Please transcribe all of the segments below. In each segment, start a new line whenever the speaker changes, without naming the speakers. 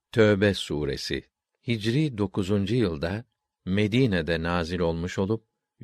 Tövbe suresi Hicri 9. yılda Medine'de nazil olmuş olup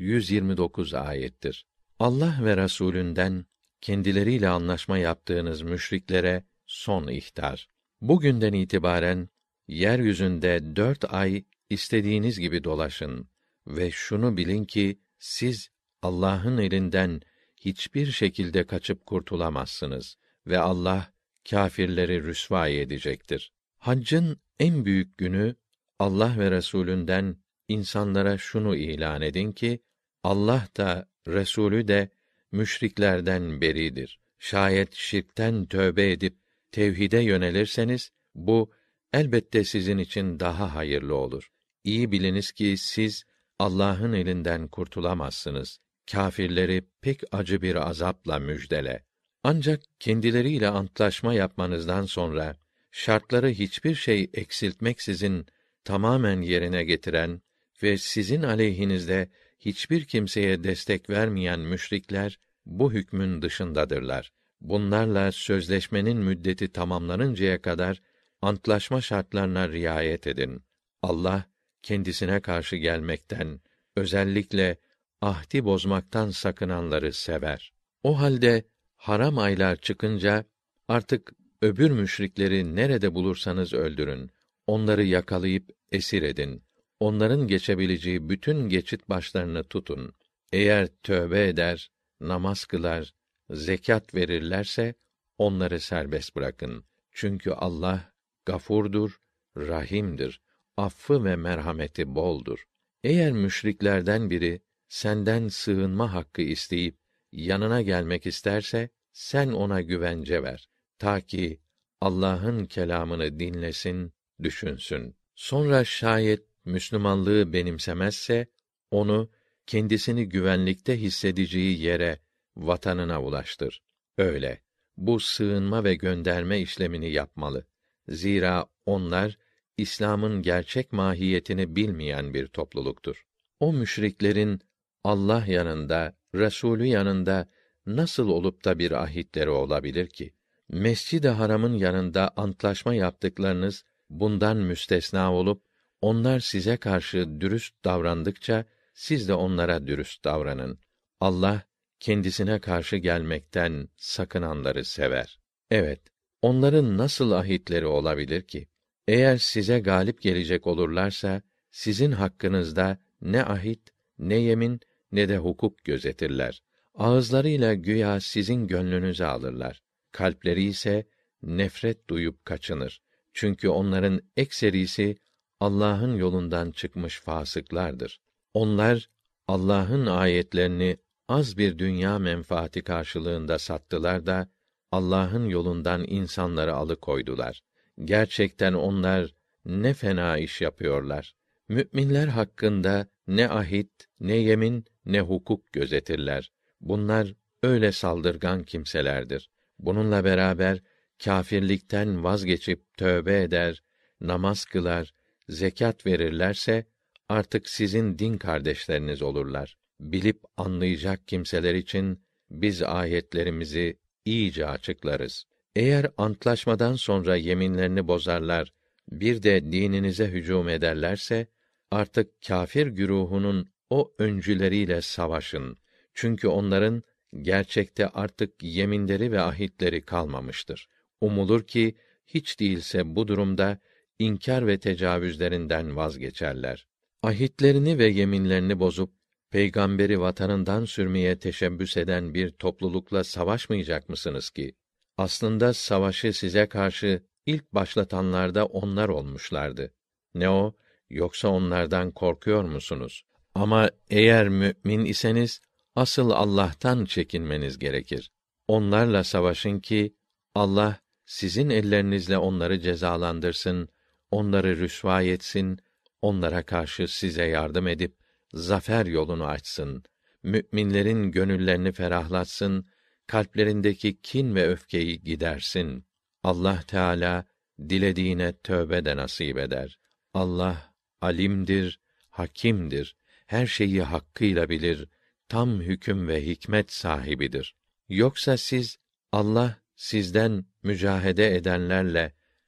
129 ayettir. Allah ve Resulünden kendileriyle anlaşma yaptığınız müşriklere son ihtar. Bugünden itibaren yeryüzünde 4 ay istediğiniz gibi dolaşın ve şunu bilin ki siz Allah'ın elinden hiçbir şekilde kaçıp kurtulamazsınız ve Allah kâfirleri rüsvâ edecektir. Haccın en büyük günü, Allah ve Resulünden insanlara şunu ilan edin ki, Allah da, Resulü de, müşriklerden beridir. Şayet şirkten tövbe edip, tevhide yönelirseniz, bu, elbette sizin için daha hayırlı olur. İyi biliniz ki siz, Allah'ın elinden kurtulamazsınız. Kâfirleri pek acı bir azapla müjdele. Ancak kendileriyle antlaşma yapmanızdan sonra, şartları hiçbir şey eksiltmeksizin tamamen yerine getiren ve sizin aleyhinizde hiçbir kimseye destek vermeyen müşrikler bu hükmün dışındadırlar. Bunlarla sözleşmenin müddeti tamamlanıncaya kadar antlaşma şartlarına riayet edin. Allah kendisine karşı gelmekten, özellikle ahdi bozmaktan sakınanları sever. O halde haram aylar çıkınca artık öbür müşrikleri nerede bulursanız öldürün. Onları yakalayıp esir edin. Onların geçebileceği bütün geçit başlarını tutun. Eğer tövbe eder, namaz kılar, zekat verirlerse onları serbest bırakın. Çünkü Allah gafurdur, rahimdir. Affı ve merhameti boldur. Eğer müşriklerden biri senden sığınma hakkı isteyip yanına gelmek isterse sen ona güvence ver. Ta ki Allah'ın kelamını dinlesin, düşünsün. Sonra şayet Müslümanlığı benimsemezse, onu kendisini güvenlikte hissedeceği yere, vatanına ulaştır. Öyle, bu sığınma ve gönderme işlemini yapmalı. Zira onlar, İslam'ın gerçek mahiyetini bilmeyen bir topluluktur. O müşriklerin, Allah yanında, Resulü yanında, nasıl olup da bir ahitleri olabilir ki? Mescid-i Haram'ın yanında antlaşma yaptıklarınız bundan müstesna olup onlar size karşı dürüst davrandıkça siz de onlara dürüst davranın. Allah kendisine karşı gelmekten sakınanları sever. Evet, onların nasıl ahitleri olabilir ki? Eğer size galip gelecek olurlarsa sizin hakkınızda ne ahit, ne yemin, ne de hukuk gözetirler. Ağızlarıyla güya sizin gönlünüzü alırlar. Kalpleri ise nefret duyup kaçınır. Çünkü onların ekserisi Allah'ın yolundan çıkmış fasıklardır. Onlar Allah'ın ayetlerini az bir dünya menfaati karşılığında sattılar da Allah'ın yolundan insanları alıkoydular. Gerçekten onlar ne fena iş yapıyorlar. Müminler hakkında ne ahit, ne yemin, ne hukuk gözetirler. Bunlar öyle saldırgan kimselerdir. Bununla beraber kâfirlikten vazgeçip tövbe eder, namaz kılar, zekat verirlerse artık sizin din kardeşleriniz olurlar. Bilip anlayacak kimseler için biz ayetlerimizi iyice açıklarız. Eğer antlaşmadan sonra yeminlerini bozarlar, bir de dininize hücum ederlerse artık kâfir güruhunun o öncüleriyle savaşın. Çünkü onların gerçekte artık yeminleri ve ahitleri kalmamıştır. Umulur ki hiç değilse bu durumda inkar ve tecavüzlerinden vazgeçerler. Ahitlerini ve yeminlerini bozup peygamberi vatanından sürmeye teşebbüs eden bir toplulukla savaşmayacak mısınız ki? Aslında savaşı size karşı ilk başlatanlarda onlar olmuşlardı. Ne o, yoksa onlardan korkuyor musunuz? Ama eğer mümin iseniz asıl Allah'tan çekinmeniz gerekir. Onlarla savaşın ki Allah sizin ellerinizle onları cezalandırsın, onları rüsvâ etsin, onlara karşı size yardım edip zafer yolunu açsın. Müminlerin gönüllerini ferahlatsın, kalplerindeki kin ve öfkeyi gidersin. Allah Teala dilediğine tövbe de nasip eder. Allah alimdir, hakimdir. Her şeyi hakkıyla bilir, tam hüküm ve hikmet sahibidir. Yoksa siz Allah sizden mücahede edenlerle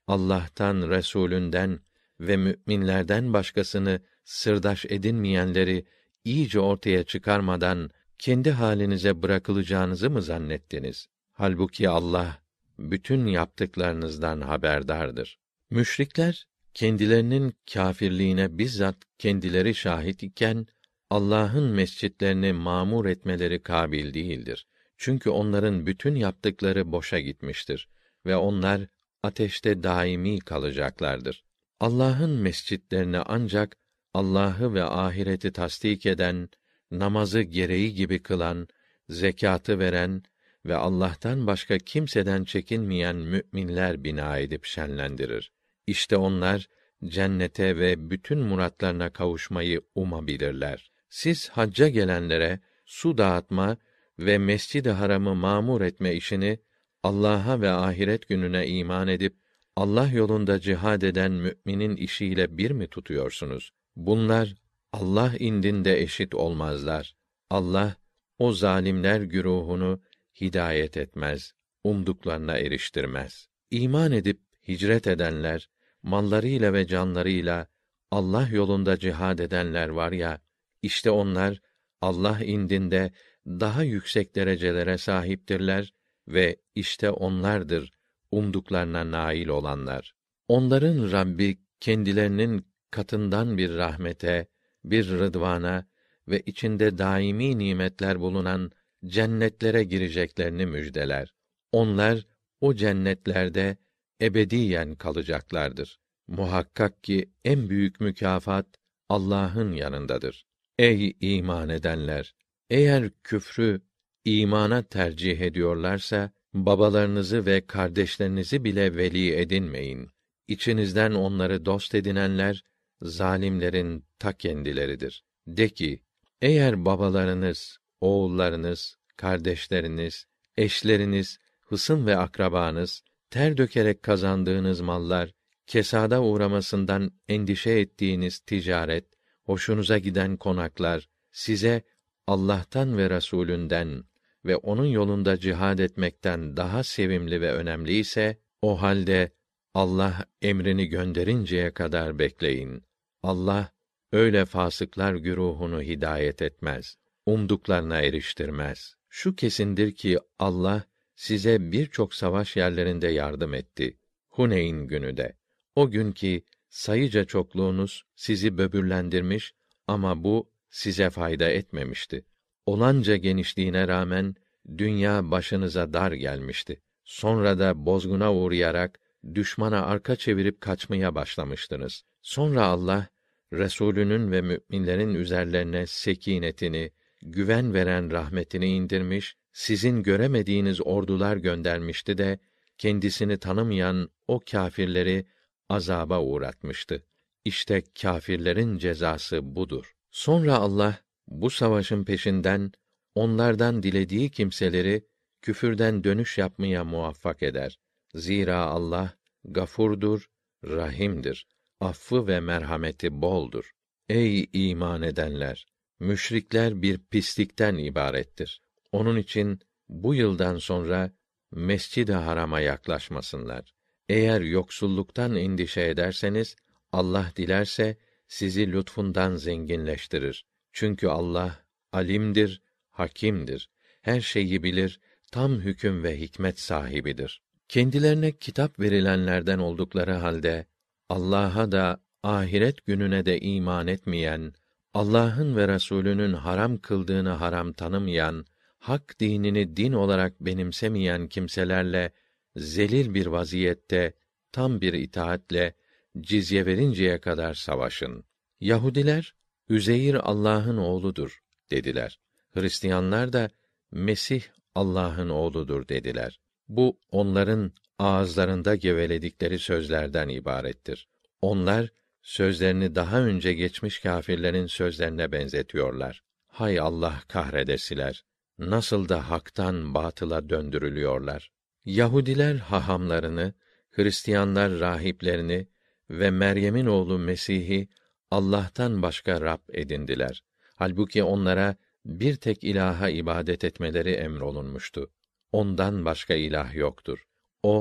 Allah'tan, Resulünden ve müminlerden başkasını sırdaş edinmeyenleri iyice ortaya çıkarmadan kendi halinize bırakılacağınızı mı zannettiniz? Halbuki Allah bütün yaptıklarınızdan haberdardır. Müşrikler kendilerinin kâfirliğine bizzat kendileri şahit iken Allah'ın mescitlerini mamur etmeleri kabil değildir. Çünkü onların bütün yaptıkları boşa gitmiştir ve onlar ateşte daimi kalacaklardır. Allah'ın mescitlerini ancak Allah'ı ve ahireti tasdik eden, namazı gereği gibi kılan, zekâtı veren ve Allah'tan başka kimseden çekinmeyen müminler bina edip şenlendirir. İşte onlar cennete ve bütün muratlarına kavuşmayı umabilirler. Siz hacca gelenlere su dağıtma ve Mescid-i Haram'ı mamur etme işini Allah'a ve ahiret gününe iman edip Allah yolunda cihad eden müminin işiyle bir mi tutuyorsunuz? Bunlar Allah indinde eşit olmazlar. Allah o zalimler güruhunu hidayet etmez, umduklarına eriştirmez. İman edip hicret edenler, mallarıyla ve canlarıyla Allah yolunda cihad edenler var ya, işte onlar Allah indinde daha yüksek derecelere sahiptirler ve işte onlardır umduklarına nail olanlar. Onların Rabbi kendilerinin katından bir rahmete, bir rıdvana ve içinde daimi nimetler bulunan cennetlere gireceklerini müjdeler. Onlar o cennetlerde ebediyen kalacaklardır. Muhakkak ki en büyük mükafat Allah'ın yanındadır. Ey iman edenler! Eğer küfrü imana tercih ediyorlarsa babalarınızı ve kardeşlerinizi bile veli edinmeyin. İçinizden onları dost edinenler zalimlerin ta kendileridir. De ki: eğer babalarınız, oğullarınız, kardeşleriniz, eşleriniz, hısım ve akrabanız ter dökerek kazandığınız mallar, kesada uğramasından endişe ettiğiniz ticaret, hoşunuza giden konaklar size Allah'tan ve Resulünden ve onun yolunda cihad etmekten daha sevimli ve önemli ise, o halde Allah emrini gönderinceye kadar bekleyin. Allah öyle fasıklar güruhunu hidayet etmez, umduklarına eriştirmez. Şu kesindir ki Allah size birçok savaş yerlerinde yardım etti. Huneyn günü de. O gün ki sayıca çokluğunuz sizi böbürlendirmiş ama bu size fayda etmemişti. Olanca genişliğine rağmen dünya başınıza dar gelmişti. Sonra da bozguna uğrayarak düşmana arka çevirip kaçmaya başlamıştınız. Sonra Allah Resulünün ve müminlerin üzerlerine sekinetini, güven veren rahmetini indirmiş, sizin göremediğiniz ordular göndermişti de kendisini tanımayan o kâfirleri azaba uğratmıştı. İşte kâfirlerin cezası budur. Sonra Allah bu savaşın peşinden onlardan dilediği kimseleri küfürden dönüş yapmaya muvaffak eder. Zira Allah gafurdur, rahimdir. Affı ve merhameti boldur. Ey iman edenler! Müşrikler bir pislikten ibarettir. Onun için bu yıldan sonra Mescid-i Haram'a yaklaşmasınlar. Eğer yoksulluktan endişe ederseniz, Allah dilerse sizi lütfundan zenginleştirir. Çünkü Allah alimdir, hakimdir. Her şeyi bilir, tam hüküm ve hikmet sahibidir. Kendilerine kitap verilenlerden oldukları halde Allah'a da ahiret gününe de iman etmeyen, Allah'ın ve Resulünün haram kıldığını haram tanımayan, hak dinini din olarak benimsemeyen kimselerle zelil bir vaziyette tam bir itaatle cizye verinceye kadar savaşın. Yahudiler Üzeyr Allah'ın oğludur dediler. Hristiyanlar da Mesih Allah'ın oğludur dediler. Bu onların ağızlarında geveledikleri sözlerden ibarettir. Onlar sözlerini daha önce geçmiş kâfirlerin sözlerine benzetiyorlar. Hay Allah kahredesiler! Nasıl da haktan batıla döndürülüyorlar. Yahudiler hahamlarını, Hristiyanlar rahiplerini ve Meryem'in oğlu Mesih'i Allah'tan başka Rab edindiler. Halbuki onlara bir tek ilaha ibadet etmeleri emrolunmuştu. Ondan başka ilah yoktur. O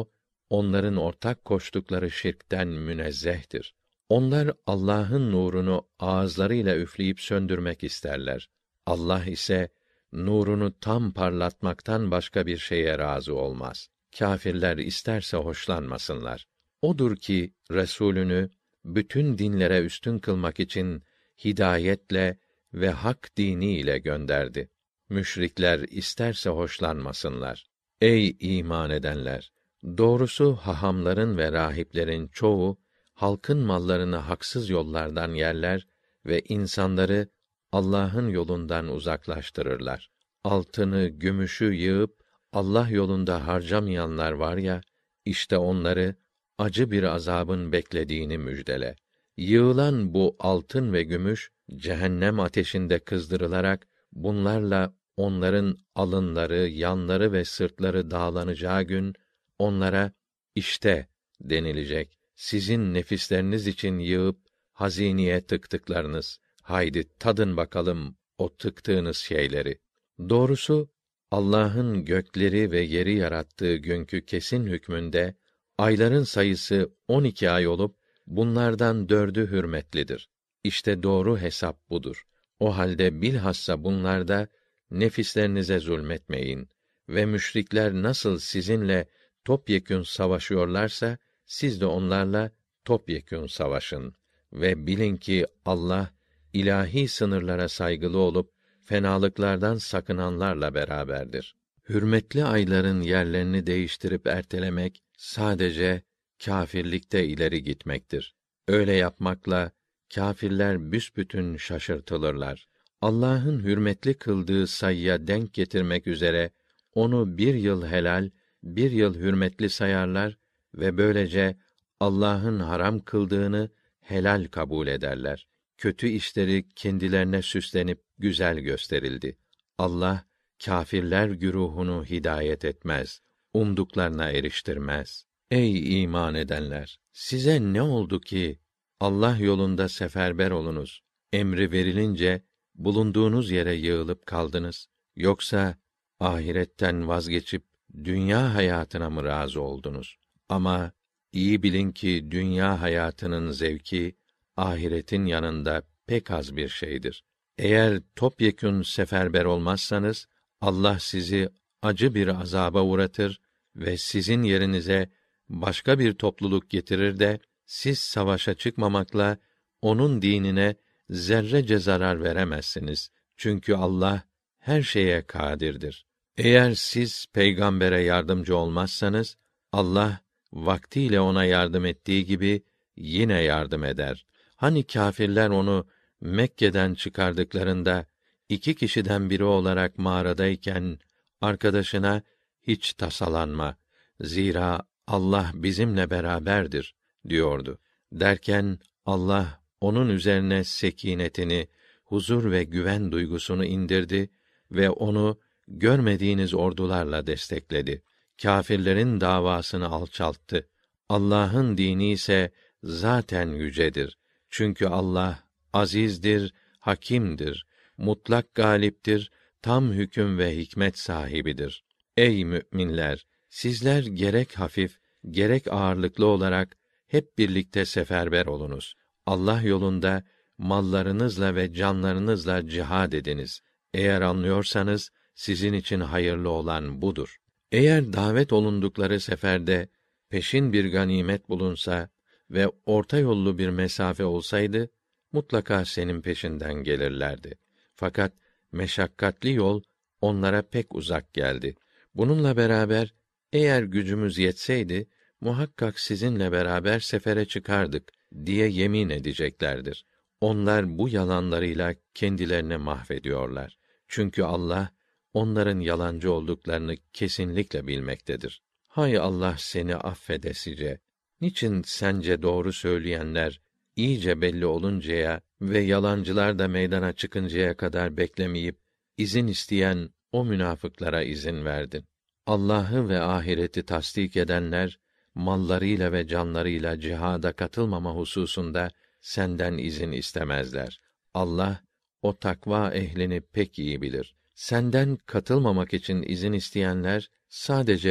onların ortak koştukları şirkten münezzehtir. Onlar Allah'ın nurunu ağızlarıyla üfleyip söndürmek isterler. Allah ise nurunu tam parlatmaktan başka bir şeye razı olmaz. Kâfirler isterse hoşlanmasınlar. Odur ki Resulünü bütün dinlere üstün kılmak için hidayetle ve hak dini ile gönderdi. Müşrikler isterse hoşlanmasınlar. Ey iman edenler! Doğrusu hahamların ve rahiplerin çoğu halkın mallarını haksız yollardan yerler ve insanları Allah'ın yolundan uzaklaştırırlar. Altını, gümüşü yığıp Allah yolunda harcamayanlar var ya, işte onları acı bir azabın beklediğini müjdele. Yığılan bu altın ve gümüş cehennem ateşinde kızdırılarak bunlarla onların alınları, yanları ve sırtları dağlanacağı gün onlara işte denilecek. Sizin nefisleriniz için yığıp hazineye tıktıklarınız. Haydi tadın bakalım o tıktığınız şeyleri. Doğrusu Allah'ın gökleri ve yeri yarattığı günkü kesin hükmünde ayların sayısı 12 ay olup bunlardan 4'ü hürmetlidir. İşte doğru hesap budur. O halde bilhassa bunlarda nefislerinize zulmetmeyin ve müşrikler nasıl sizinle topyekün savaşıyorlarsa siz de onlarla topyekün savaşın ve bilin ki Allah ilahi sınırlara saygılı olup fenalıklardan sakınanlarla beraberdir. Hürmetli ayların yerlerini değiştirip ertelemek sadece kâfirlikte ileri gitmektir. Öyle yapmakla kâfirler büsbütün şaşırtılırlar. Allah'ın hürmetli kıldığı sayıya denk getirmek üzere onu 1 yıl helal, 1 yıl hürmetli sayarlar ve böylece Allah'ın haram kıldığını helal kabul ederler. Kötü işleri kendilerine süslenip güzel gösterildi. Allah kâfirler güruhunu hidayet etmez, umduklarına eriştirmez. Ey iman edenler! Size ne oldu ki Allah yolunda seferber olunuz? Emri verilince bulunduğunuz yere yığılıp kaldınız. Yoksa ahiretten vazgeçip dünya hayatına mı razı oldunuz? Ama iyi bilin ki dünya hayatının zevki ahiretin yanında pek az bir şeydir. Eğer topyekün seferber olmazsanız Allah sizi acı bir azaba uğratır ve sizin yerinize başka bir topluluk getirir de siz savaşa çıkmamakla onun dinine zerrece zarar veremezsiniz. Çünkü Allah her şeye kâdirdir. Eğer siz peygambere yardımcı olmazsanız Allah vaktiyle ona yardım ettiği gibi yine yardım eder. Hani kâfirler onu Mekke'den çıkardıklarında 2 kişiden biri olarak mağaradayken arkadaşına hiç tasalanma. Zira Allah bizimle beraberdir diyordu. Derken Allah onun üzerine sekinetini, huzur ve güven duygusunu indirdi ve onu görmediğiniz ordularla destekledi. Kâfirlerin davasını alçalttı. Allah'ın dini ise zaten yücedir. Çünkü Allah azizdir, hakimdir, mutlak galiptir, tam hüküm ve hikmet sahibidir. Ey müminler! Sizler gerek hafif, gerek ağırlıklı olarak hep birlikte seferber olunuz. Allah yolunda mallarınızla ve canlarınızla cihad ediniz. Eğer anlıyorsanız sizin için hayırlı olan budur. Eğer davet olundukları seferde peşin bir ganimet bulunsa ve orta yollu bir mesafe olsaydı mutlaka senin peşinden gelirlerdi. Fakat meşakkatli yol onlara pek uzak geldi. Bununla beraber eğer gücümüz yetseydi muhakkak sizinle beraber sefere çıkardık diye yemin edeceklerdir. Onlar bu yalanlarıyla kendilerini mahvediyorlar. Çünkü Allah onların yalancı olduklarını kesinlikle bilmektedir. Hay Allah seni affedesice. Niçin sence doğru söyleyenler iyice belli oluncaya ve yalancılar da meydana çıkıncaya kadar beklemeyip izin isteyen o münafıklara izin verdin? Allah'ı ve ahireti tasdik edenler mallarıyla ve canlarıyla cihada katılmama hususunda senden izin istemezler. Allah o takva ehlini pek iyi bilir. Senden katılmamak için izin isteyenler sadece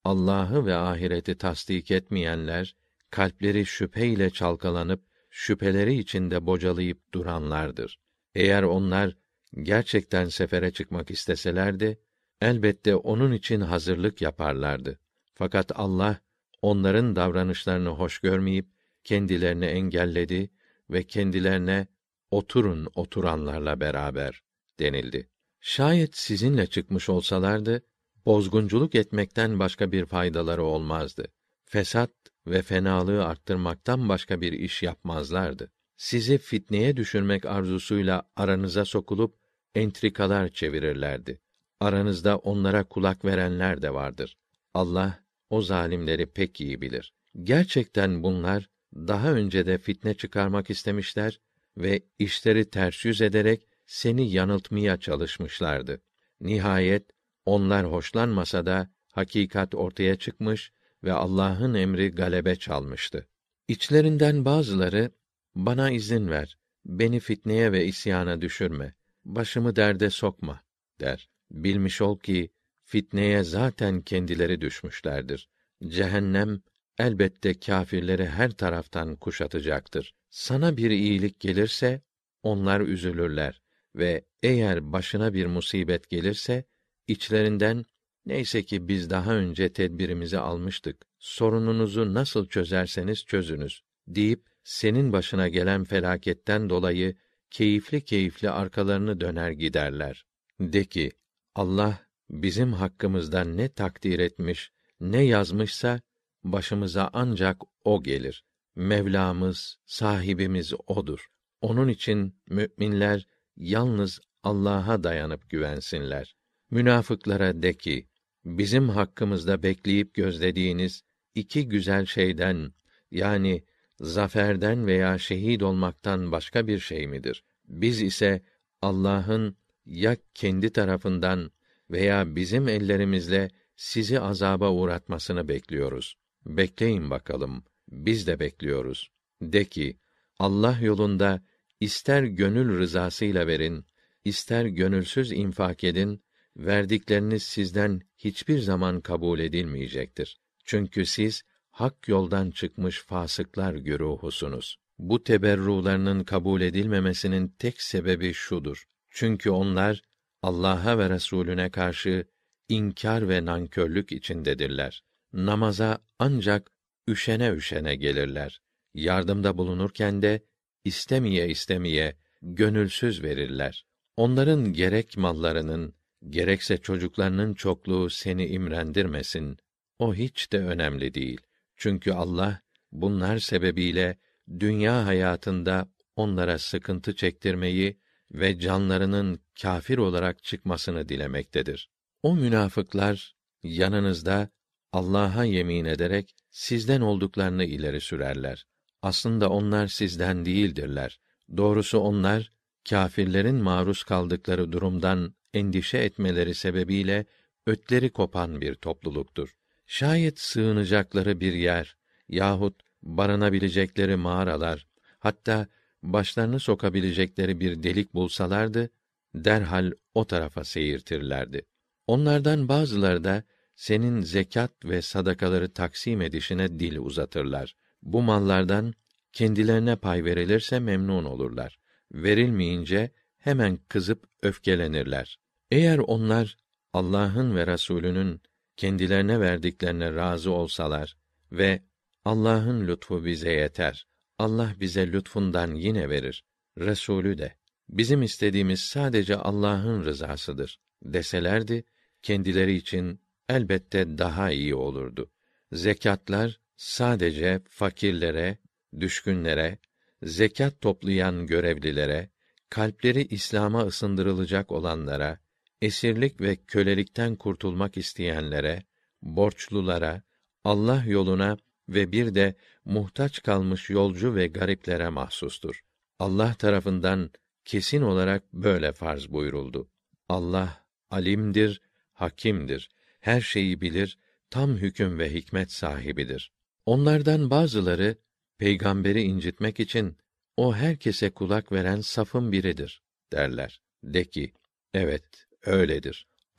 Allah'ı ve ahireti tasdik etmeyenler, kalpleri şüpheyle çalkalanıp, şüpheleri içinde bocalayıp duranlardır. Eğer onlar gerçekten sefere çıkmak isteselerdi, elbette onun için hazırlık yaparlardı. Fakat Allah, onların davranışlarını hoş görmeyip, kendilerini engelledi ve kendilerine, oturun oturanlarla beraber denildi. Şayet sizinle çıkmış olsalardı, bozgunculuk etmekten başka bir faydaları olmazdı. Fesat ve fenalığı arttırmaktan başka bir iş yapmazlardı. Sizi fitneye düşürmek arzusuyla aranıza sokulup entrikalar çevirirlerdi. Aranızda onlara kulak verenler de vardır. Allah o zalimleri pek iyi bilir. Gerçekten bunlar daha önce de fitne çıkarmak istemişler ve işleri ters yüz ederek seni yanıltmaya çalışmışlardı. Nihayet onlar hoşlanmasa da hakikat ortaya çıkmış ve Allah'ın emri galebe çalmıştı. İçlerinden bazıları, bana izin ver, beni fitneye ve isyana düşürme, başımı derde sokma der. Bilmiş ol ki fitneye zaten kendileri düşmüşlerdir. Cehennem elbette kâfirleri her taraftan kuşatacaktır. Sana bir iyilik gelirse onlar üzülürler ve eğer başına bir musibet gelirse içlerinden, neyse ki biz daha önce tedbirimizi almıştık, sorununuzu nasıl çözerseniz çözünüz deyip senin başına gelen felaketten dolayı keyifli keyifli arkalarını döner giderler. De ki, Allah bizim hakkımızda ne takdir etmiş, ne yazmışsa başımıza ancak o gelir. Mevlamız, sahibimiz odur. Onun için müminler yalnız Allah'a dayanıp güvensinler. Münafıklara de ki, bizim hakkımızda bekleyip gözlediğiniz iki güzel şeyden, yani zaferden veya şehit olmaktan başka bir şey midir? Biz ise Allah'ın ya kendi tarafından veya bizim ellerimizle sizi azaba uğratmasını bekliyoruz. Bekleyin bakalım, biz de bekliyoruz. De ki, Allah yolunda ister gönül rızasıyla verin, ister gönülsüz infak edin, verdikleriniz sizden hiçbir zaman kabul edilmeyecektir. Çünkü siz hak yoldan çıkmış fasıklar güruhusunuz. Bu teberrularının kabul edilmemesinin tek sebebi şudur: çünkü onlar Allah'a ve Resulüne karşı inkar ve nankörlük içindedirler. Namaza ancak üşene üşene gelirler. Yardımda bulunurken de istemeye istemeye gönülsüz verirler. Onların gerek mallarının gerekse çocuklarının çokluğu seni imrendirmesin. O hiç de önemli değil. Çünkü Allah bunlar sebebiyle dünya hayatında onlara sıkıntı çektirmeyi ve canlarının kâfir olarak çıkmasını dilemektedir. O münafıklar yanınızda Allah'a yemin ederek sizden olduklarını ileri sürerler. Aslında onlar sizden değildirler. Doğrusu onlar kâfirlerin maruz kaldıkları durumdan endişe etmeleri sebebiyle ötleri kopan bir topluluktur. Şayet sığınacakları bir yer yahut barınabilecekleri mağaralar, hatta başlarını sokabilecekleri bir delik bulsalardı, derhal o tarafa seyirtirlerdi. Onlardan bazıları da senin zekat ve sadakaları taksim edişine dil uzatırlar. Bu mallardan kendilerine pay verilirse memnun olurlar. Verilmeyince hemen kızıp öfkelenirler. Eğer onlar Allah'ın ve Resulünün kendilerine verdiklerine razı olsalar ve Allah'ın lütfu bize yeter, Allah bize lütfundan yine verir, Resulü de bizim istediğimiz sadece Allah'ın rızasıdır deselerdi, kendileri için elbette daha iyi olurdu. Zekatlar sadece fakirlere, düşkünlere, zekat toplayan görevlilere, kalpleri İslam'a ısındırılacak olanlara, esirlik ve kölelikten kurtulmak isteyenlere, borçlulara, Allah yoluna ve bir de muhtaç kalmış yolcu ve gariplere mahsustur. Allah tarafından kesin olarak böyle farz buyuruldu. Allah alimdir, hakimdir. Her şeyi bilir, tam hüküm ve hikmet sahibidir. Onlardan bazıları peygamberi incitmek için o herkese kulak veren safın biridir derler. De ki, evet, öyledir.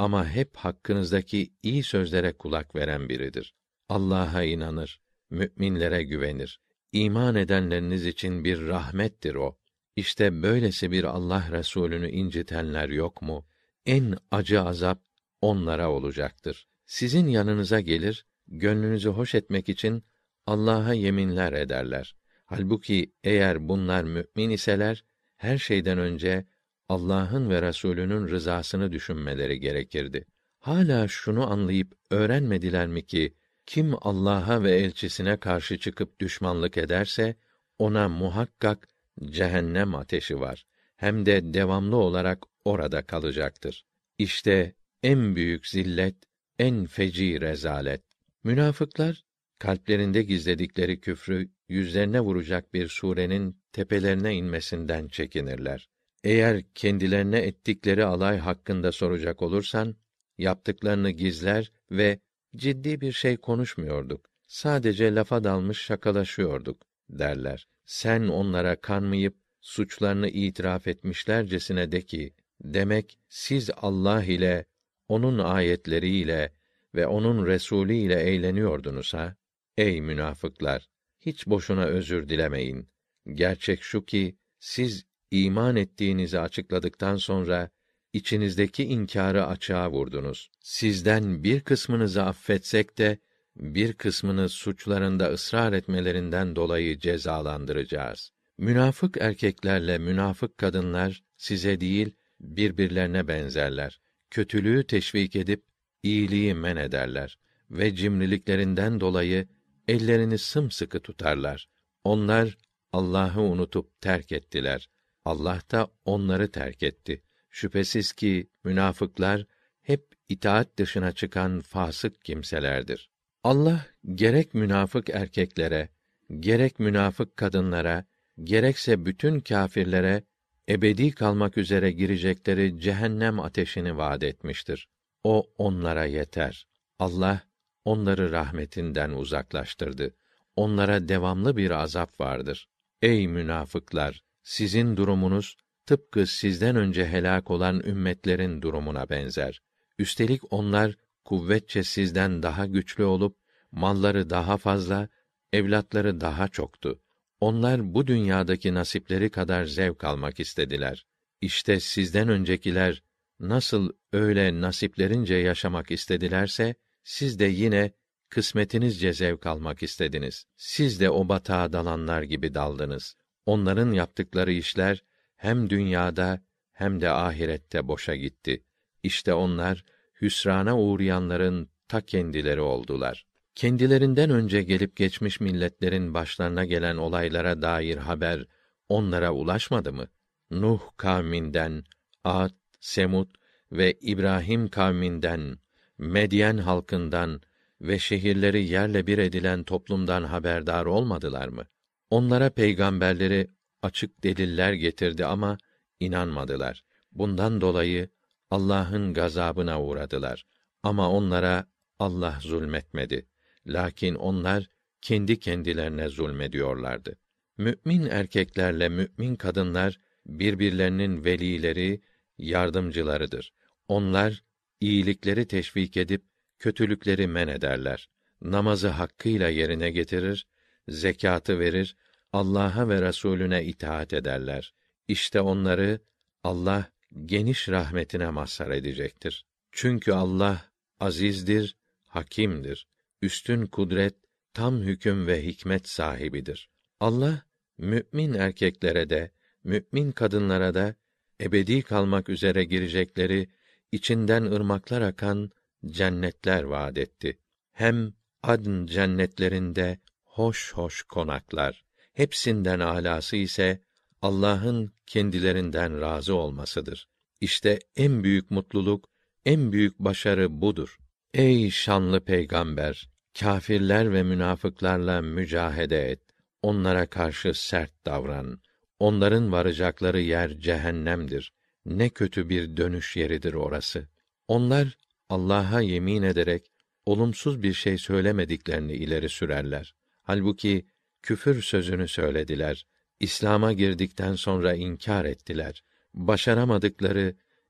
ama hep hakkınızdaki iyi sözlere kulak veren biridir. Allah'a inanır, müminlere güvenir. İman edenleriniz için bir rahmettir o. İşte böylesi bir Allah Resulü'nü incitenler yok mu? En acı azap onlara olacaktır. Sizin yanınıza gelir, gönlünüzü hoş etmek için Allah'a yeminler ederler. Halbuki eğer bunlar mümin iseler, her şeyden önce Allah'ın ve Resulünün rızasını düşünmeleri gerekirdi. Hâlâ şunu anlayıp öğrenmediler mi ki, kim Allah'a ve elçisine karşı çıkıp düşmanlık ederse, ona muhakkak cehennem ateşi var. Hem de devamlı olarak orada kalacaktır. İşte en büyük zillet, en feci rezalet. Münafıklar, kalplerinde gizledikleri küfrü yüzlerine vuracak bir surenin tepelerine inmesinden çekinirler. Eğer kendilerine ettikleri alay hakkında soracak olursan, yaptıklarını gizler ve ciddi bir şey konuşmuyorduk. Sadece lafa dalmış şakalaşıyorduk derler. Sen onlara kanmayıp suçlarını itiraf etmişlercesine de ki, demek siz Allah ile, onun ayetleriyle ve onun Resulü ile eğleniyordunuz ha? Ey münafıklar! Hiç boşuna özür dilemeyin. Gerçek şu ki, siz iman ettiğinizi açıkladıktan sonra, içinizdeki inkârı açığa vurdunuz. Sizden bir kısmınızı affetsek de, bir kısmını suçlarında ısrar etmelerinden dolayı cezalandıracağız. Münafık erkeklerle münafık kadınlar size değil, birbirlerine benzerler. Kötülüğü teşvik edip iyiliği men ederler ve cimriliklerinden dolayı ellerini sımsıkı tutarlar. Onlar Allah'ı unutup terk ettiler. Allah da onları terk etti. Şüphesiz ki münafıklar hep itaat dışına çıkan fasık kimselerdir. Allah gerek münafık erkeklere, gerek münafık kadınlara, gerekse bütün kâfirlere ebedi kalmak üzere girecekleri cehennem ateşini vaad etmiştir. O onlara yeter. Allah onları rahmetinden uzaklaştırdı. Onlara devamlı bir azap vardır. Ey münafıklar! Sizin durumunuz tıpkı sizden önce helak olan ümmetlerin durumuna benzer. Üstelik onlar kuvvetçe sizden daha güçlü olup malları daha fazla, evlatları daha çoktu. Onlar bu dünyadaki nasipleri kadar zevk almak istediler. İşte sizden öncekiler nasıl öyle nasiplerince yaşamak istedilerse, siz de yine kısmetinizce zevk almak istediniz. Siz de o batağa dalanlar gibi daldınız. Onların yaptıkları işler hem dünyada hem de ahirette boşa gitti. İşte onlar hüsrana uğrayanların ta kendileri oldular. Kendilerinden önce gelip geçmiş milletlerin başlarına gelen olaylara dair haber onlara ulaşmadı mı? Nuh kavminden, Ad, Semud ve İbrahim kavminden, Medyen halkından ve şehirleri yerle bir edilen toplumdan haberdar olmadılar mı? Onlara peygamberleri açık deliller getirdi ama inanmadılar. Bundan dolayı Allah'ın gazabına uğradılar. Ama onlara Allah zulmetmedi. Lakin onlar kendi kendilerine zulmediyorlardı. Mümin erkeklerle mümin kadınlar birbirlerinin velileri, yardımcılarıdır. Onlar iyilikleri teşvik edip kötülükleri men ederler. Namazı hakkıyla yerine getirir, zekâtı verir, Allah'a ve Resulüne itaat ederler. İşte onları Allah geniş rahmetine mazhar edecektir. Çünkü Allah azizdir, hakimdir. Üstün kudret, tam hüküm ve hikmet sahibidir. Allah mümin erkeklere de, mümin kadınlara da ebedi kalmak üzere girecekleri, içinden ırmaklar akan cennetler vaad etti. Hem Adn cennetlerinde hoş hoş konaklar. Hepsinden âlâsı ise Allah'ın kendilerinden razı olmasıdır. İşte en büyük mutluluk, en büyük başarı budur. Ey şanlı peygamber! Kâfirler ve münafıklarla mücahede et. Onlara karşı sert davran. Onların varacakları yer cehennemdir. Ne kötü bir dönüş yeridir orası. Onlar Allah'a yemin ederek olumsuz bir şey söylemediklerini ileri sürerler. Halbuki küfür sözünü söylediler. İslam'a girdikten sonra inkar ettiler. Başaramadıkları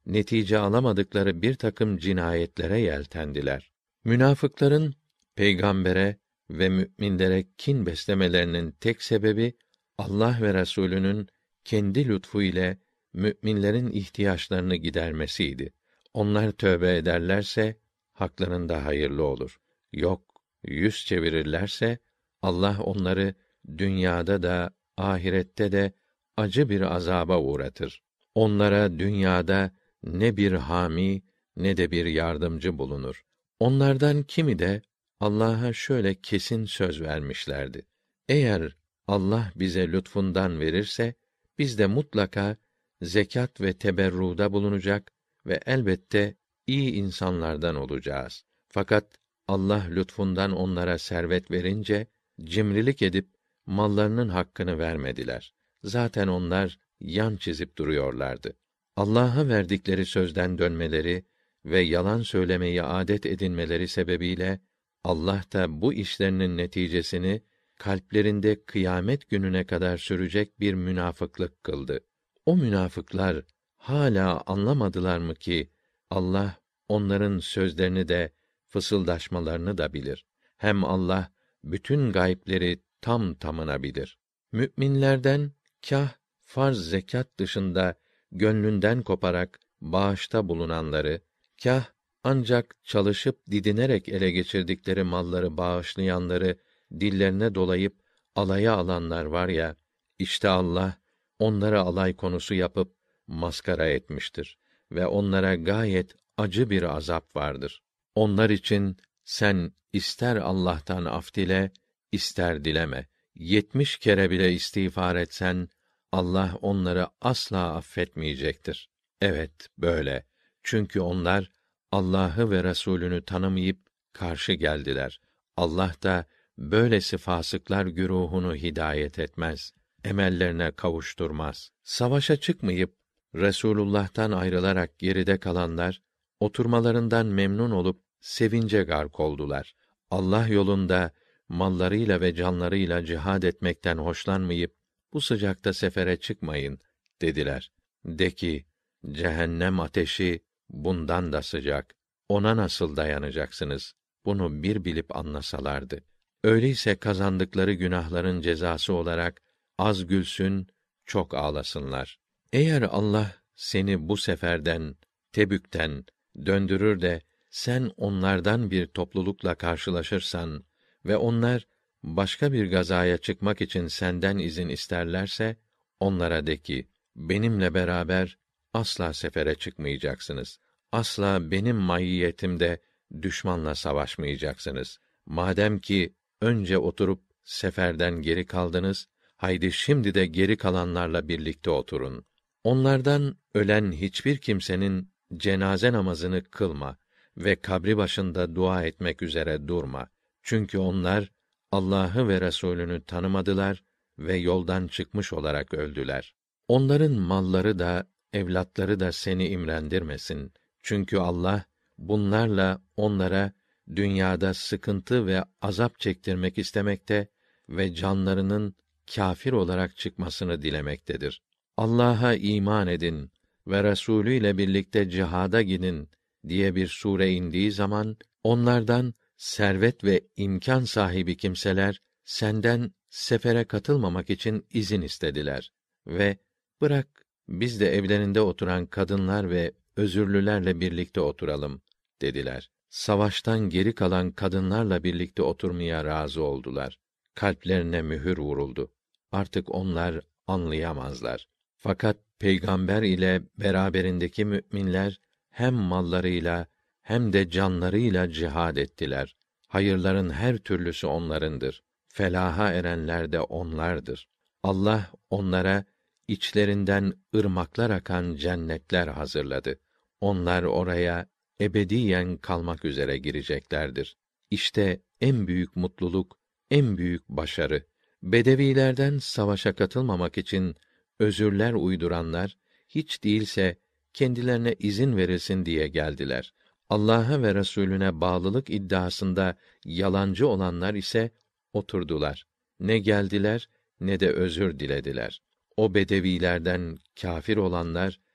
netice alamadıkları bir takım cinayetlere yeltendiler. Münafıkların peygambere ve müminlere kin beslemelerinin tek sebebi Allah ve Resulü'nün kendi lütfu ile müminlerin ihtiyaçlarını gidermesiydi. Onlar tövbe ederlerse haklarında hayırlı olur. Yok, yüz çevirirlerse Allah onları dünyada da ahirette de acı bir azaba uğratır. Onlara dünyada ne bir hami ne de bir yardımcı bulunur. Onlardan kimi de Allah'a şöyle kesin söz vermişlerdi: eğer Allah bize lütfundan verirse biz de mutlaka zekat ve teberruda bulunacak ve elbette iyi insanlardan olacağız. Fakat Allah lütfundan onlara servet verince cimrilik edip mallarının hakkını vermediler. Zaten onlar yan çizip duruyorlardı. Allah'a verdikleri sözden dönmeleri ve yalan söylemeyi âdet edinmeleri sebebiyle Allah da bu işlerinin neticesini kalplerinde kıyamet gününe kadar sürecek bir münafıklık kıldı. O münafıklar hala anlamadılar mı ki Allah onların sözlerini de fısıldaşmalarını da bilir. Hem Allah bütün gaybleri tam tamına bilir. Müminlerden kâh farz zekat dışında gönlünden koparak bağışta bulunanları, kâh ancak çalışıp didinerek ele geçirdikleri malları bağışlayanları dillerine dolayıp alaya alanlar var ya, işte Allah onları alay konusu yapıp maskara etmiştir ve onlara gayet acı bir azap vardır. Onlar için sen ister Allah'tan af dile, ister dileme. 70 kere bile istiğfar etsen Allah onları asla affetmeyecektir. Evet, böyle. Çünkü onlar Allah'ı ve Resulünü tanımayıp karşı geldiler. Allah da böylesi fasıklar güruhunu hidayet etmez, emellerine kavuşturmaz. Savaşa çıkmayıp Resulullah'tan ayrılarak geride kalanlar oturmalarından memnun olup sevince gark oldular. Allah yolunda mallarıyla ve canlarıyla cihad etmekten hoşlanmayıp bu sıcakta sefere çıkmayın dediler. De ki, cehennem ateşi bundan da sıcak. Ona nasıl dayanacaksınız? Bunu bir bilip anlasalardı. Öyleyse kazandıkları günahların cezası olarak az gülsün, çok ağlasınlar. Eğer Allah seni bu seferden, Tebük'ten döndürür de sen onlardan bir toplulukla karşılaşırsan ve onlar başka bir gazaya çıkmak için senden izin isterlerse onlara de ki, benimle beraber asla sefere çıkmayacaksınız. Asla benim maiyetimde düşmanla savaşmayacaksınız. Madem ki önce oturup seferden geri kaldınız, haydi şimdi de geri kalanlarla birlikte oturun. Onlardan ölen hiçbir kimsenin cenaze namazını kılma ve kabri başında dua etmek üzere durma. Çünkü onlar Allah'ı ve Resulünü tanımadılar ve yoldan çıkmış olarak öldüler. Onların malları da evlatları da seni imrendirmesin. Çünkü Allah bunlarla onlara dünyada sıkıntı ve azap çektirmek istemekte ve canlarının kâfir olarak çıkmasını dilemektedir. Allah'a iman edin ve Resulü ile birlikte cihada gidin diye bir sure indiği zaman onlardan servet ve imkan sahibi kimseler senden sefere katılmamak için izin istediler ve bırak biz de evlerinde oturan kadınlar ve özürlülerle birlikte oturalım dediler. Savaştan geri kalan kadınlarla birlikte oturmaya razı oldular. Kalplerine mühür vuruldu. Artık onlar anlayamazlar. Fakat peygamber ile beraberindeki müminler hem mallarıyla hem de canlarıyla cihad ettiler. Hayırların her türlüsü onlarındır. Felaha erenler de onlardır. Allah onlara içlerinden ırmaklar akan cennetler hazırladı. Onlar oraya ebediyen kalmak üzere gireceklerdir. İşte en büyük mutluluk, en büyük başarı. Bedevilerden savaşa katılmamak için özürler uyduranlar, hiç değilse kendilerine izin verilsin diye geldiler. Allah'a ve Resulüne bağlılık iddiasında yalancı olanlar ise oturdular. Ne geldiler ne de özür dilediler. O bedevilerden kâfir olanlar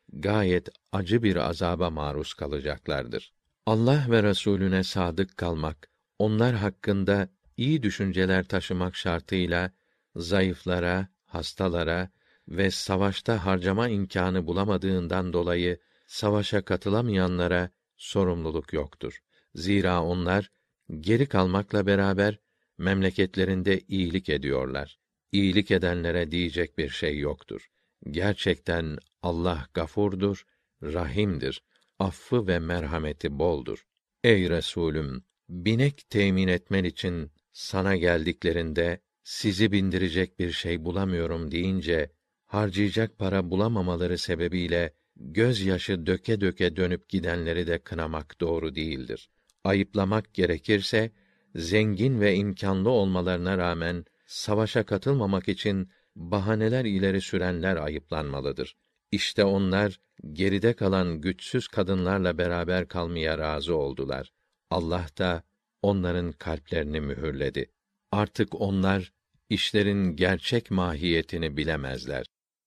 gayet acı bir azaba maruz kalacaklardır. Allah ve Resulüne sadık kalmak, onlar hakkında iyi düşünceler taşımak şartıyla zayıflara, hastalara ve savaşta harcama imkânı bulamadığından dolayı savaşa katılamayanlara sorumluluk yoktur. Zira onlar geri kalmakla beraber memleketlerinde iyilik ediyorlar. İyilik edenlere diyecek bir şey yoktur. Gerçekten Allah gafurdur, rahimdir. Affı ve merhameti boldur. Ey Resulüm, binek temin etmen için sana geldiklerinde sizi bindirecek bir şey bulamıyorum deyince harcayacak para bulamamaları sebebiyle gözyaşı döke döke dönüp gidenleri de kınamak doğru değildir. Ayıplamak gerekirse zengin ve imkanlı olmalarına rağmen savaşa katılmamak için bahaneler ileri sürenler ayıplanmalıdır. İşte onlar geride kalan güçsüz kadınlarla beraber kalmaya razı oldular. Allah da onların kalplerini mühürledi. Artık onlar işlerin gerçek mahiyetini bilemezler.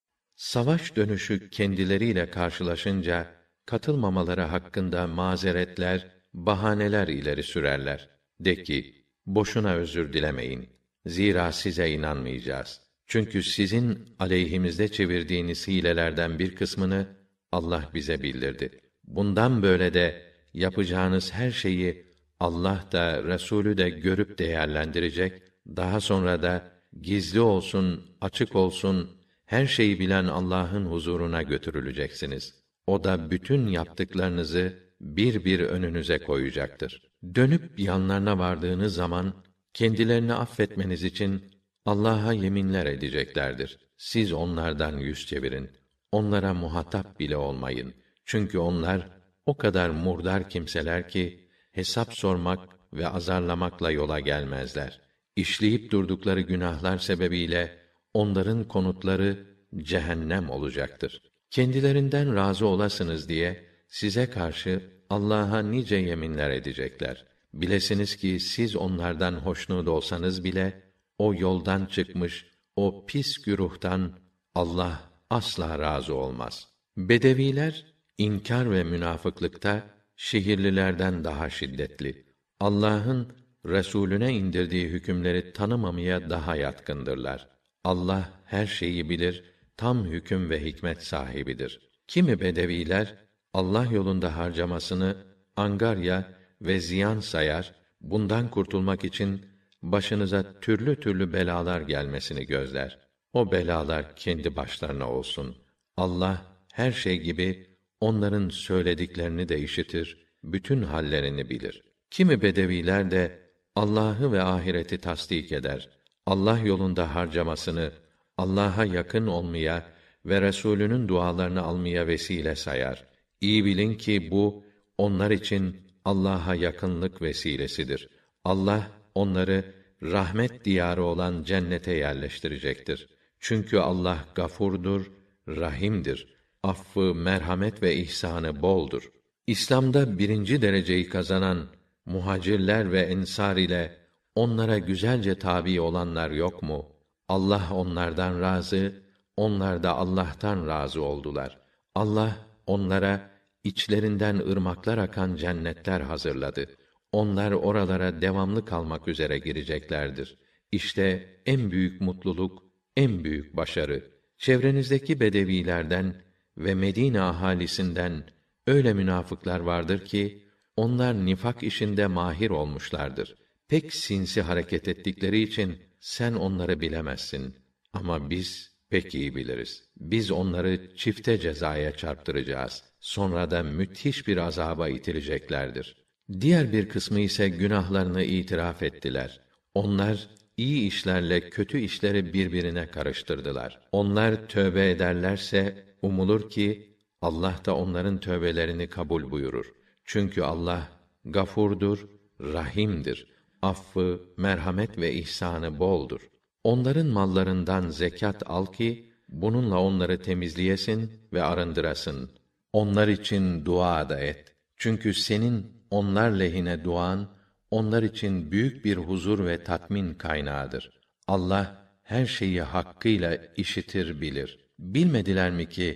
Savaş dönüşü kendileriyle karşılaşınca katılmamaları hakkında mazeretler, bahaneler ileri sürerler. De ki, boşuna özür dilemeyin. Zira size inanmayacağız. Çünkü sizin aleyhimizde çevirdiğiniz hilelerden bir kısmını Allah bize bildirdi. Bundan böyle de yapacağınız her şeyi Allah da Resulü de görüp değerlendirecek. Daha sonra da gizli olsun, açık olsun her şeyi bilen Allah'ın huzuruna götürüleceksiniz. O da bütün yaptıklarınızı bir bir önünüze koyacaktır. Dönüp yanlarına vardığınız zaman kendilerini affetmeniz için Allah'a yeminler edeceklerdir. Siz onlardan yüz çevirin. Onlara muhatap bile olmayın. Çünkü onlar o kadar murdar kimseler ki hesap sormak ve azarlamakla yola gelmezler. İşleyip durdukları günahlar sebebiyle onların konutları cehennem olacaktır. Kendilerinden razı olasınız diye size karşı Allah'a nice yeminler edecekler. Bilesiniz ki siz onlardan hoşnut olsanız bile o yoldan çıkmış, o pis güruhtan Allah asla razı olmaz. Bedeviler inkar ve münafıklıkta şehirlilerden daha şiddetli. Allah'ın Resulüne indirdiği hükümleri tanımamaya daha yatkındırlar. Allah her şeyi bilir, tam hüküm ve hikmet sahibidir. Kimi bedeviler Allah yolunda harcamasını angarya ve ziyan sayar, bundan kurtulmak için başınıza türlü türlü belalar gelmesini gözler. O belalar kendi başlarına olsun. Allah her şey gibi onların söylediklerini de işitir, bütün hallerini bilir. Kimi bedeviler de Allah'ı ve ahireti tasdik eder. Allah yolunda harcamasını Allah'a yakın olmaya ve Resulünün dualarını almaya vesile sayar. İyi bilin ki bu onlar için Allah'a yakınlık vesilesidir. Allah onları rahmet diyarı olan cennete yerleştirecektir. Çünkü Allah gafurdur, rahimdir. Affı, merhamet ve ihsanı boldur. İslam'da birinci dereceyi kazanan muhacirler ve ensar ile onlara güzelce tabi olanlar yok mu? Allah onlardan razı, onlar da Allah'tan razı oldular. Allah onlara içlerinden ırmaklar akan cennetler hazırladı. Onlar oralara devamlı kalmak üzere gireceklerdir. İşte en büyük mutluluk, en büyük başarı. Çevrenizdeki bedevilerden ve Medine ahalisinden öyle münafıklar vardır ki onlar nifak işinde mahir olmuşlardır. Pek sinsi hareket ettikleri için sen onları bilemezsin. Ama biz pek iyi biliriz. Biz onları çifte cezaya çarptıracağız. Sonra da müthiş bir azaba itileceklerdir. Diğer bir kısmı ise günahlarını itiraf ettiler. Onlar iyi işlerle kötü işleri birbirine karıştırdılar. Onlar tövbe ederlerse umulur ki Allah da onların tövbelerini kabul buyurur. Çünkü Allah gafurdur, rahimdir. Affı, merhamet ve ihsanı boldur. Onların mallarından zekat al ki bununla onları temizleyesin ve arındırasın. Onlar için dua da et. Çünkü senin onlar lehine duan onlar için büyük bir huzur ve tatmin kaynağıdır. Allah her şeyi hakkıyla işitir bilir. Bilmediler mi ki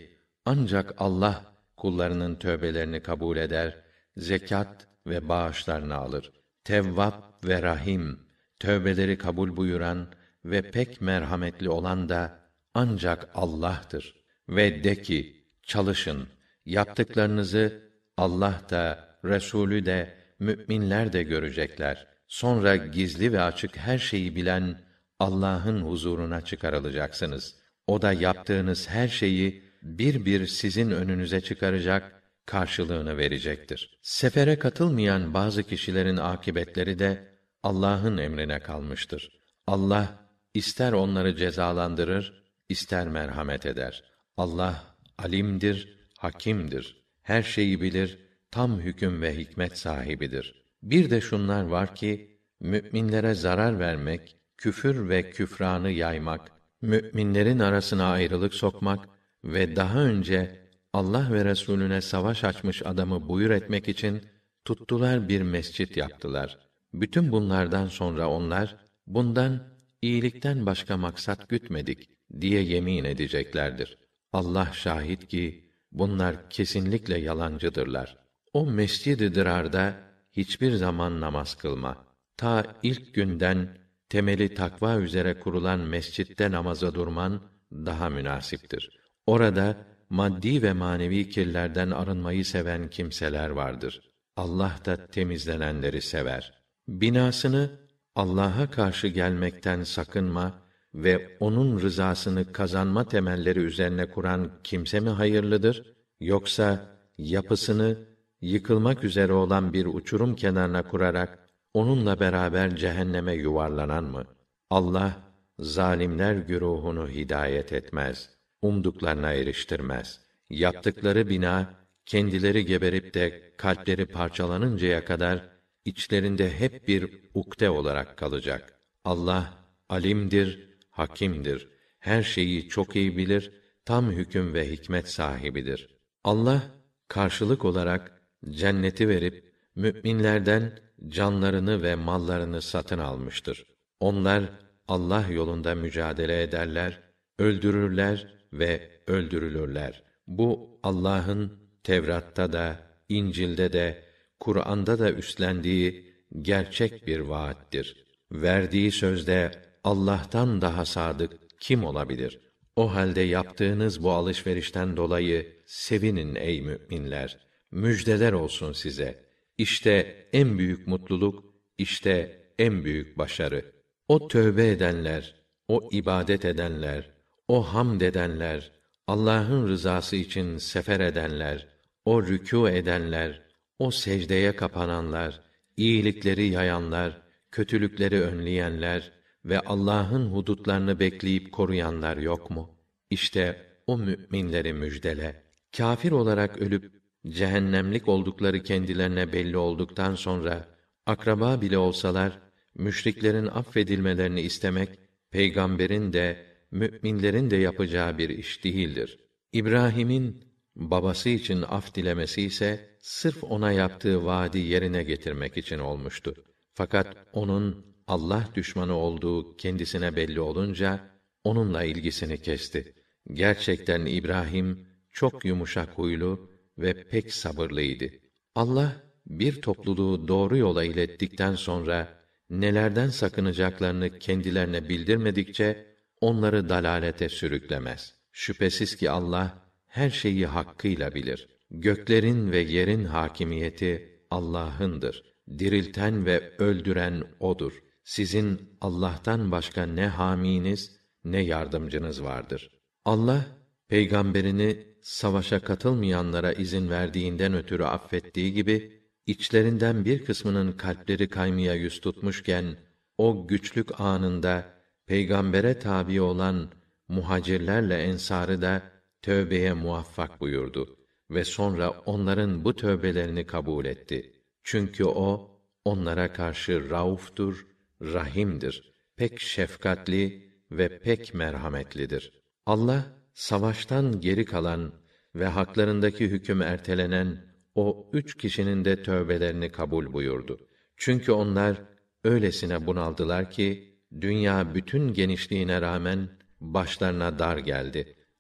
Ancak Allah kullarının tövbelerini kabul eder, zekat ve bağışlarını alır. Tevvab ve Rahim, tövbeleri kabul buyuran ve pek merhametli olan da ancak Allah'tır. Ve de ki, çalışın, yaptıklarınızı Allah da, Resulü de, müminler de görecekler. Sonra gizli ve açık her şeyi bilen Allah'ın huzuruna çıkarılacaksınız. O da yaptığınız her şeyi bir bir sizin önünüze çıkaracak, karşılığını verecektir. Sefere katılmayan bazı kişilerin akibetleri de Allah'ın emrine kalmıştır. Allah ister onları cezalandırır, ister merhamet eder. Allah alimdir, hakimdir. Her şeyi bilir, tam hüküm ve hikmet sahibidir. Bir de şunlar var ki, müminlere zarar vermek, küfür ve küfranı yaymak, müminlerin arasına ayrılık sokmak ve daha önce Allah ve Resulüne savaş açmış adamı buyur etmek için tuttular bir mescit yaptılar. Bütün bunlardan sonra onlar, bundan iyilikten başka maksat gütmedik diye yemin edeceklerdir. Allah şahit ki, bunlar kesinlikle yalancıdırlar. O Mescid-i Dırar'da hiçbir zaman namaz kılma. Ta ilk günden temeli takva üzere kurulan mescitte namaza durman daha münasiptir. Orada maddi ve manevi kirlerden arınmayı seven kimseler vardır. Allah da temizlenenleri sever. Binasını Allah'a karşı gelmekten sakınma ve onun rızasını kazanma temelleri üzerine kuran kimse mi hayırlıdır? Yoksa yapısını yıkılmak üzere olan bir uçurum kenarına kurarak onunla beraber cehenneme yuvarlanan mı? Allah zalimler güruhunu hidayet etmez, umduklarına eriştirmez. Yaptıkları bina kendileri geberip de kalpleri parçalanıncaya kadar içlerinde hep bir ukde olarak kalacak. Allah alimdir, hakimdir. Her şeyi çok iyi bilir, tam hüküm ve hikmet sahibidir. Allah karşılık olarak cenneti verip müminlerden canlarını ve mallarını satın almıştır. Onlar Allah yolunda mücadele ederler, öldürürler ve öldürülürler. Bu Allah'ın Tevrat'ta da, İncil'de de, Kur'an'da da üstlendiği gerçek bir vaattir. Verdiği sözde Allah'tan daha sadık kim olabilir? O halde yaptığınız bu alışverişten dolayı sevinin ey müminler. Müjdeler olsun size. İşte en büyük mutluluk, işte en büyük başarı. O tövbe edenler, o ibadet edenler, o hamd edenler, Allah'ın rızası için sefer edenler, o rükû edenler, o secdeye kapananlar, iyilikleri yayanlar, kötülükleri önleyenler ve Allah'ın hudutlarını bekleyip koruyanlar yok mu? İşte o müminleri müjdele. Kâfir olarak ölüp cehennemlik oldukları kendilerine belli olduktan sonra akraba bile olsalar müşriklerin affedilmelerini istemek peygamberin de müminlerin de yapacağı bir iş değildir. İbrahim'in babası için af dilemesi ise sırf ona yaptığı vaadi yerine getirmek için olmuştu. Fakat onun Allah düşmanı olduğu kendisine belli olunca onunla ilgisini kesti. Gerçekten İbrahim çok yumuşak huylu ve pek sabırlıydı. Allah bir topluluğu doğru yola ilettikten sonra nelerden sakınacaklarını kendilerine bildirmedikçe onları dalalete sürüklemez. Şüphesiz ki Allah her şeyi hakkıyla bilir. Göklerin ve yerin hakimiyeti Allah'ındır. Dirilten ve öldüren odur. Sizin Allah'tan başka ne haminiz ne yardımcınız vardır. Allah peygamberini savaşa katılmayanlara izin verdiğinden ötürü affettiği gibi içlerinden bir kısmının kalpleri kaymaya yüz tutmuşken o güçlük anında peygambere tabi olan muhacirlerle ensarı da tövbeye muvaffak buyurdu ve sonra onların bu tövbelerini kabul etti. Çünkü o onlara karşı rauftur, rahimdir. Pek şefkatli ve pek merhametlidir. Allah savaştan geri kalan ve haklarındaki hüküm ertelenen o 3 kişinin de tövbelerini kabul buyurdu. Çünkü onlar öylesine bunaldılar ki dünya bütün genişliğine rağmen başlarına dar geldi.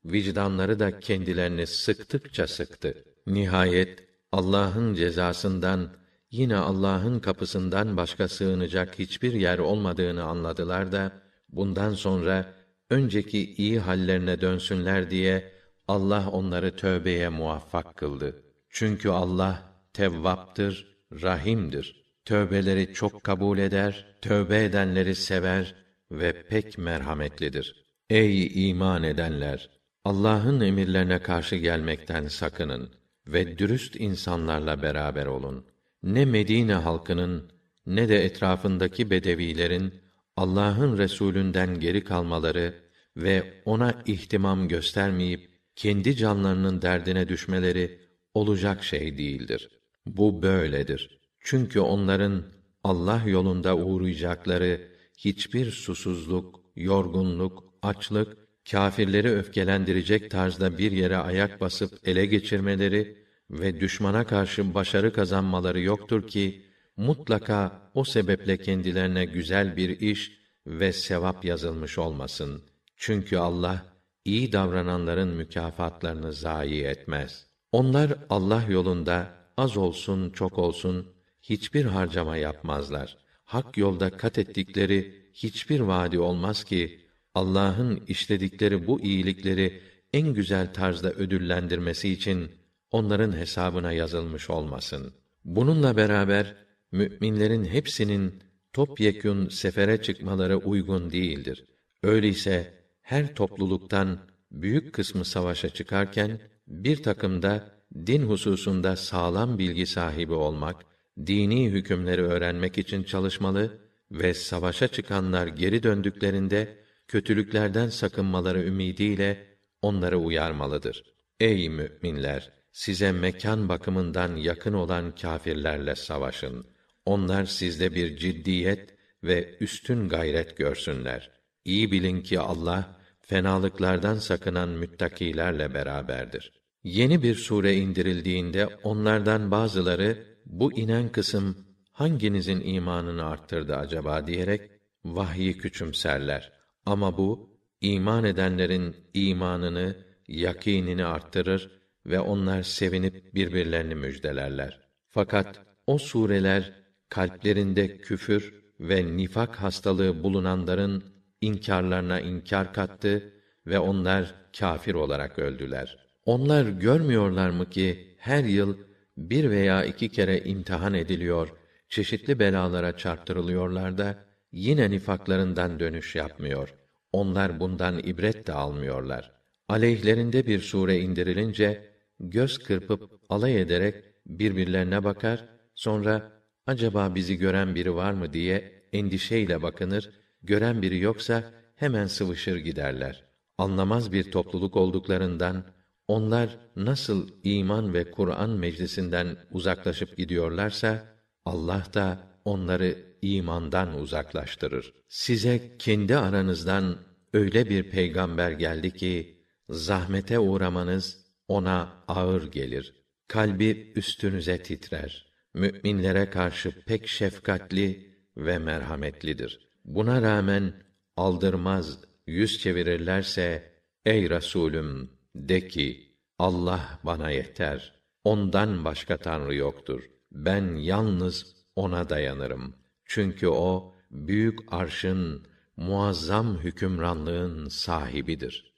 vicdanları da kendilerini sıktıkça sıktı. Nihayet Allah'ın cezasından, yine Allah'ın kapısından başka sığınacak hiçbir yer olmadığını anladılar da bundan sonra önceki iyi hallerine dönsünler diye Allah onları tövbeye muvaffak kıldı. Çünkü Allah Tevvap'tır, Rahim'dir. Tövbeleri çok kabul eder, tövbe edenleri sever ve pek merhametlidir. Ey iman edenler! Allah'ın emirlerine karşı gelmekten sakının ve dürüst insanlarla beraber olun. Ne Medine halkının ne de etrafındaki bedevilerin Allah'ın Resulünden geri kalmaları ve ona ihtimam göstermeyip kendi canlarının derdine düşmeleri olacak şey değildir. Bu böyledir. Çünkü onların Allah yolunda uğrayacakları hiçbir susuzluk, yorgunluk, açlık, kâfirleri öfkelendirecek tarzda bir yere ayak basıp ele geçirmeleri ve düşmana karşı başarı kazanmaları yoktur ki, mutlaka o sebeple kendilerine güzel bir iş ve sevap yazılmış olmasın. Çünkü Allah, iyi davrananların mükafatlarını zayi etmez. Onlar Allah yolunda az olsun çok olsun hiçbir harcama yapmazlar. Hak yolda kat ettikleri hiçbir vaadi olmaz ki Allah'ın işledikleri bu iyilikleri en güzel tarzda ödüllendirmesi için onların hesabına yazılmış olmasın. Bununla beraber müminlerin hepsinin topyekün sefere çıkmaları uygun değildir. Öyleyse her topluluktan büyük kısmı savaşa çıkarken bir takım da din hususunda sağlam bilgi sahibi olmak, dini hükümleri öğrenmek için çalışmalı ve savaşa çıkanlar geri döndüklerinde kötülüklerden sakınmaları ümidiyle onları uyarmalıdır. Ey müminler! Size mekan bakımından yakın olan kâfirlerle savaşın. Onlar sizde bir ciddiyet ve üstün gayret görsünler. İyi bilin ki Allah fenalıklardan sakınan müttakilerle beraberdir. Yeni bir sure indirildiğinde onlardan bazıları bu inen kısım hanginizin imanını arttırdı acaba diyerek vahyi küçümserler. Ama bu iman edenlerin imanını, yakînini arttırır ve onlar sevinip birbirlerini müjdelerler. Fakat o sureler kalplerinde küfür ve nifak hastalığı bulunanların inkârlarına inkâr kattı ve onlar kâfir olarak öldüler. Onlar görmüyorlar mı ki her yıl bir veya iki kere imtihan ediliyor, çeşitli belalara çarptırılıyorlar da yine nifaklarından dönüş yapmıyor. Onlar bundan ibret de almıyorlar. Aleyhlerinde bir sure indirilince göz kırpıp alay ederek birbirlerine bakar, sonra acaba bizi gören biri var mı diye endişeyle bakınır, gören biri yoksa hemen sıvışır giderler. Anlamaz bir topluluk olduklarından onlar nasıl iman ve Kur'an meclisinden uzaklaşıp gidiyorlarsa Allah da onları imandan uzaklaştırır. Size kendi aranızdan öyle bir peygamber geldi ki zahmete uğramanız ona ağır gelir. Kalbi üstünüze titrer. Müminlere karşı pek şefkatli ve merhametlidir. Buna rağmen aldırmaz, yüz çevirirlerse ey Resulüm de ki Allah bana yeter. Ondan başka tanrı yoktur. Ben yalnız ona dayanırım. Çünkü o büyük arşın, muazzam hükümranlığın sahibidir.